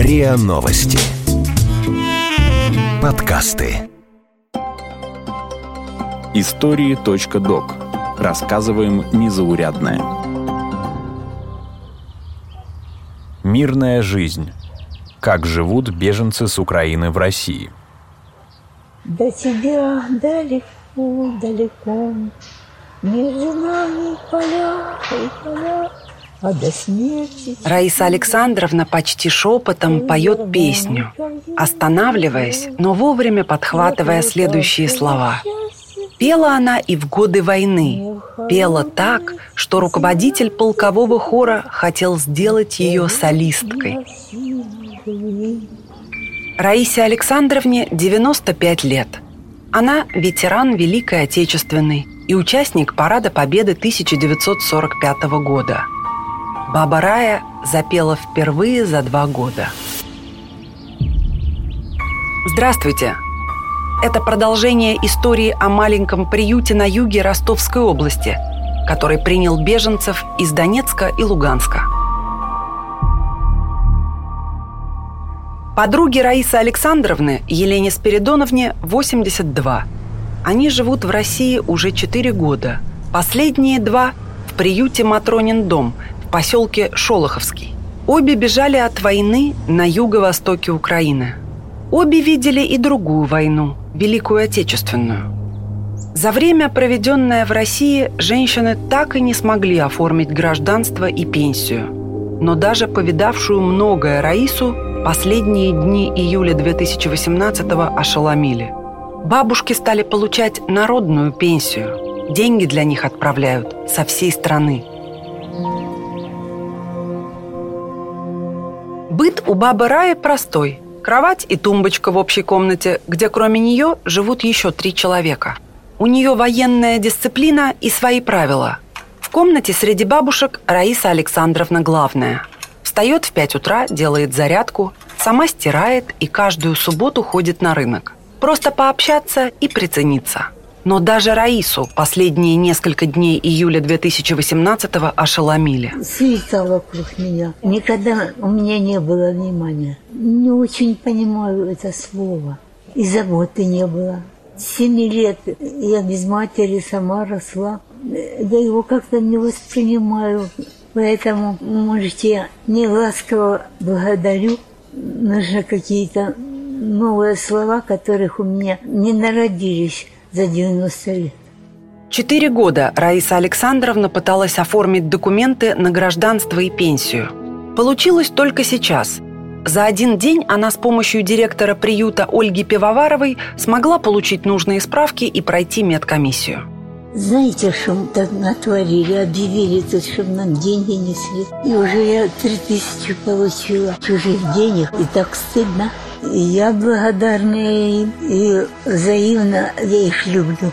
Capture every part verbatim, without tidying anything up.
РИА Новости. Подкасты. Истории.док. Рассказываем незаурядное. Мирная жизнь. Как живут беженцы с Украины в России. До тебя далеко, далеко, между нами поля и поля, а до смерти... Раиса Александровна почти шепотом поет песню, останавливаясь, но вовремя подхватывая следующие слова. Пела она и в годы войны. Пела так, что руководитель полкового хора хотел сделать ее солисткой. Раисе Александровне девяносто пять лет. Она ветеран Великой Отечественной и участник Парада Победы тысяча девятьсот сорок пятого года. Баба Рая запела впервые за два года. Здравствуйте! Это продолжение истории о маленьком приюте на юге Ростовской области, который принял беженцев из Донецка и Луганска. Подруге Раисы Александровны, Елене Спиридоновне, восемьдесят два. Они живут в России уже четыре года. Последние два в приюте «Матронин дом» в поселке Шолоховский. Обе бежали от войны на юго-востоке Украины. Обе видели и другую войну, Великую Отечественную. За время, проведенное в России, женщины так и не смогли оформить гражданство и пенсию. Но даже повидавшую многое Раису последние дни июля две тысячи восемнадцатого ошеломили. Бабушки стали получать народную пенсию. Деньги для них отправляют со всей страны. Быт у бабы Раи простой. Кровать и тумбочка в общей комнате, где кроме нее живут еще три человека. У нее военная дисциплина и свои правила. В комнате среди бабушек Раиса Александровна главная. Встает в пять утра, делает зарядку, сама стирает и каждую субботу ходит на рынок. Просто пообщаться и прицениться. Но даже Раису последние несколько дней июля две тысячи восемнадцатого ошеломили. Суета вокруг меня. Никогда у меня не было внимания. Не очень понимаю это слово. И заботы не было. С семи лет я без матери сама росла. Да его как-то не воспринимаю. Поэтому, может, я не ласково благодарю. Нужны какие-то новые слова, которых у меня не народились за девяносто лет. Четыре года Раиса Александровна пыталась оформить документы на гражданство и пенсию. Получилось только сейчас. За один день она с помощью директора приюта Ольги Пивоваровой смогла получить нужные справки и пройти медкомиссию. Знаете, что мы так натворили? Объявили тут, чтобы нам деньги несли. И уже я три тысячи получила чужих денег. И так стыдно. И я благодарна им. И взаимно я их люблю.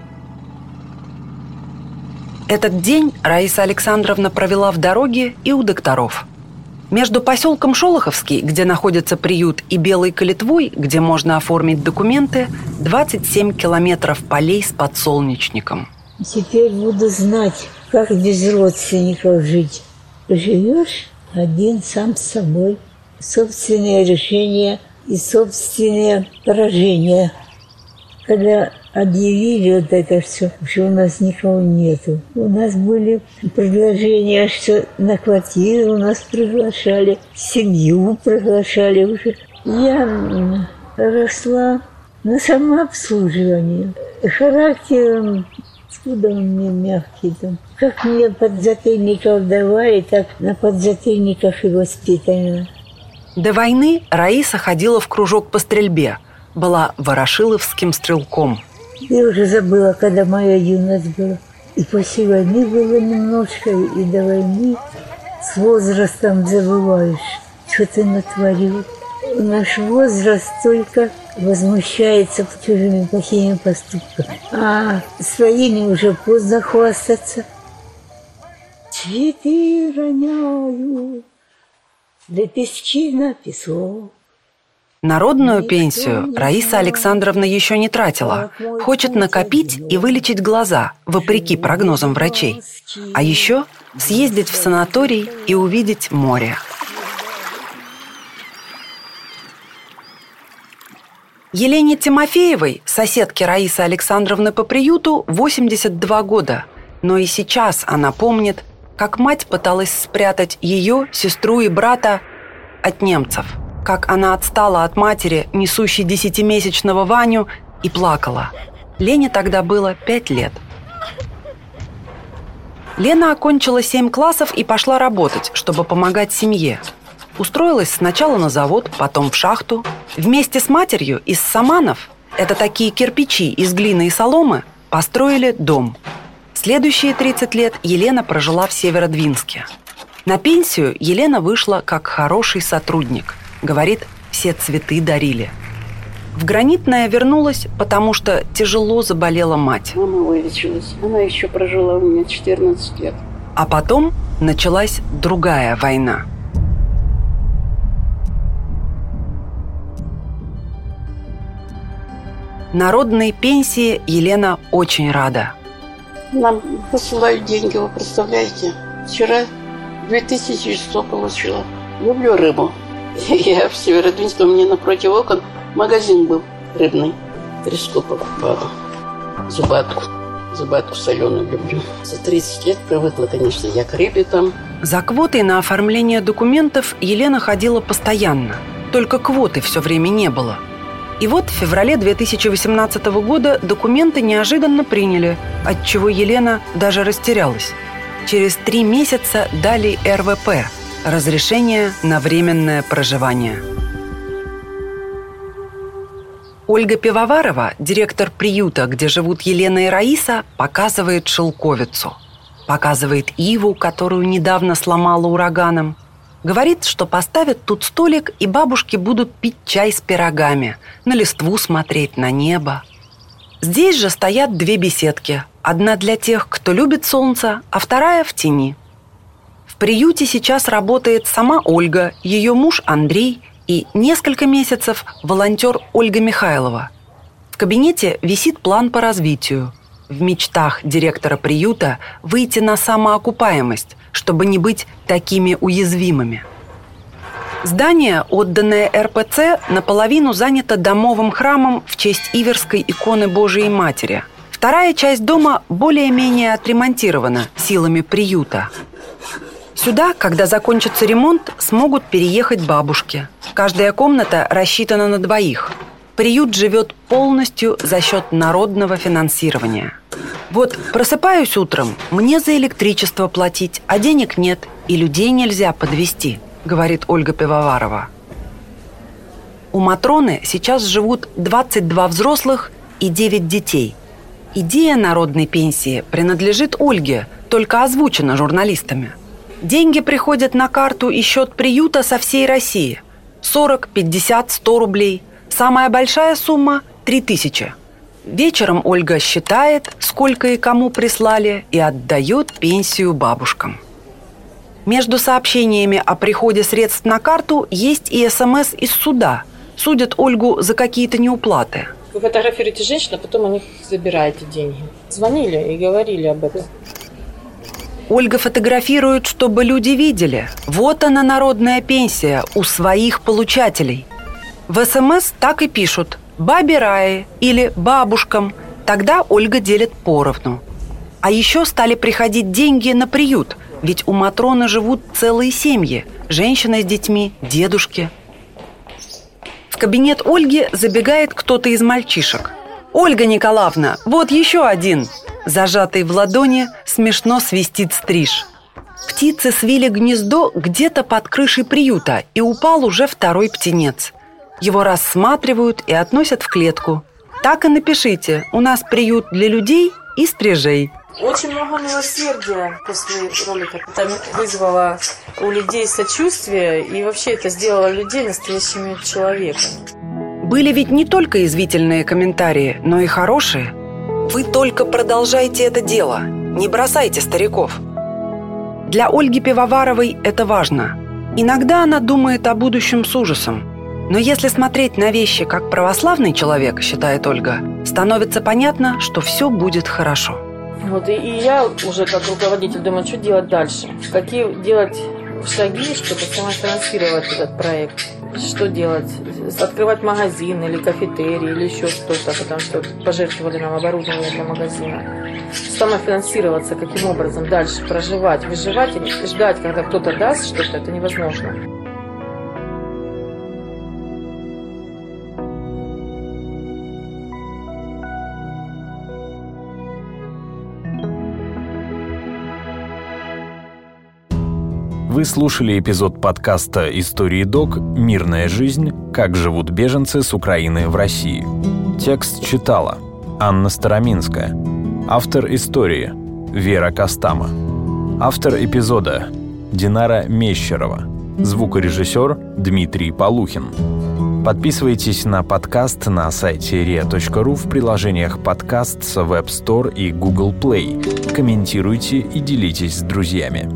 Этот день Раиса Александровна провела в дороге и у докторов. Между поселком Шолоховский, где находится приют, и Белой Калитвой, где можно оформить документы, двадцать семь километров полей с подсолнечником. Теперь буду знать, как без родственников жить. Живешь один сам с собой. Собственные решения и собственные поражения. Когда объявили вот это все, что у нас никого нету. У нас были предложения, что на квартиру у нас приглашали, семью приглашали уже. Я росла на самообслуживании. Характером, откуда он мне мягкий там. Как мне подзатыльников давали, так на подзатыльниках и воспитана. До войны Раиса ходила в кружок по стрельбе. Была ворошиловским стрелком. Я уже забыла, когда моя юность была. И после войны было немножко, и до войны с возрастом забываешь, что ты натворил. Наш возраст только возмущается чужими плохими поступками. А своими уже поздно хвастаться. Цветы роняю, лепестки на песок. Народную пенсию Раиса Александровна еще не тратила. Хочет накопить и вылечить глаза, вопреки прогнозам врачей. А еще съездить в санаторий и увидеть море. Елене Тимофеевой, соседке Раисы Александровны по приюту, восемьдесят два года. Но и сейчас она помнит, как мать пыталась спрятать ее, сестру и брата от немцев. Как она отстала от матери, несущей десятимесячного Ваню, и плакала. Лене тогда было пять лет. Лена окончила семь классов и пошла работать, чтобы помогать семье. Устроилась сначала на завод, потом в шахту. Вместе с матерью из саманов, это такие кирпичи из глины и соломы, построили дом. Следующие тридцать лет Елена прожила в Северодвинске. На пенсию Елена вышла как хороший сотрудник. Говорит, все цветы дарили. В Гранитное вернулась, потому что тяжело заболела мать. Мама вылечилась. Она еще прожила у меня четырнадцать лет. А потом началась другая война. Народной пенсии Елена очень рада. Нам посылают деньги, вы представляете? Вчера две тысячи сто получила. Люблю рыбу. Я в Северодвинске, у меня напротив окон магазин был рыбный. Треску покупала. Зубатку. Зубатку соленую люблю. За тридцать лет привыкла, конечно, я к рыбе там. За квотой на оформление документов Елена ходила постоянно. Только квоты все время не было. И вот в феврале две тысячи восемнадцатого года документы неожиданно приняли, отчего Елена даже растерялась. Через три месяца дали эр вэ пэ – разрешение на временное проживание. Ольга Пивоварова, директор приюта, где живут Елена и Раиса, показывает шелковицу. Показывает иву, которую недавно сломала ураганом. Говорит, что поставят тут столик, и бабушки будут пить чай с пирогами, на листву смотреть, на небо. Здесь же стоят две беседки. Одна для тех, кто любит солнце, а вторая в тени. В приюте сейчас работает сама Ольга, ее муж Андрей и несколько месяцев волонтер Ольга Михайлова. В кабинете висит план по развитию. В мечтах директора приюта выйти на самоокупаемость, чтобы не быть такими уязвимыми. Здание, отданное эр пэ цэ, наполовину занято домовым храмом в честь Иверской иконы Божией Матери. Вторая часть дома более-менее отремонтирована силами приюта. Сюда, когда закончится ремонт, смогут переехать бабушки. Каждая комната рассчитана на двоих. Приют живет полностью за счет народного финансирования. Вот просыпаюсь утром, мне за электричество платить, а денег нет, и людей нельзя подвести, говорит Ольга Пивоварова. У Матроны сейчас живут двадцать два взрослых и девять детей. Идея народной пенсии принадлежит Ольге, только озвучена журналистами. Деньги приходят на карту и счет приюта со всей России. сорок, пятьдесят, сто рублей. Самая большая сумма – три тысячи. Вечером Ольга считает, сколько и кому прислали, и отдает пенсию бабушкам. Между сообщениями о приходе средств на карту есть и эс эм эс из суда. Судят Ольгу за какие-то неуплаты. Вы фотографируете женщин, а потом у них забираете деньги. Звонили и говорили об этом. Ольга фотографирует, чтобы люди видели. Вот она, народная пенсия, у своих получателей. В эс эм эс так и пишут «бабе Рае» или «бабушкам». Тогда Ольга делит поровну. А еще стали приходить деньги на приют, ведь у Матроны живут целые семьи. Женщины с детьми, дедушки. В кабинет Ольги забегает кто-то из мальчишек. «Ольга Николаевна, вот еще один!» Зажатый в ладони смешно свистит стриж. Птицы свили гнездо где-то под крышей приюта, и упал уже второй птенец. Его рассматривают и относят в клетку. Так и напишите: у нас приют для людей и стрижей. Очень много милосердия после ролика. Это вызвало у людей сочувствие, и вообще это сделало людей настоящими человеками. Были ведь не только язвительные комментарии, но и хорошие. Вы только продолжайте это дело, не бросайте стариков. Для Ольги Пивоваровой это важно. Иногда она думает о будущем с ужасом. Но если смотреть на вещи как православный человек, считает Ольга, становится понятно, что все будет хорошо. Вот и, и я уже как руководитель думаю, что делать дальше, какие делать шаги, чтобы самофинансировать этот проект. Что делать? Открывать магазин или кафетерий, или еще что-то, потому что пожертвовали нам оборудование для магазина. Самофинансироваться, каким образом дальше проживать, выживать и ждать, когда кто-то даст что-то, это невозможно. Вы слушали эпизод подкаста «Истории Док. Мирная жизнь. Как живут беженцы с Украины в России». Текст читала Анна Староминская. Автор истории Вера Костама. Автор эпизода Динара Мещерова. Звукорежиссер Дмитрий Полухин. Подписывайтесь на подкаст на сайте риа точка ру в приложениях подкаст с Web Store и Google Play. Комментируйте и делитесь с друзьями.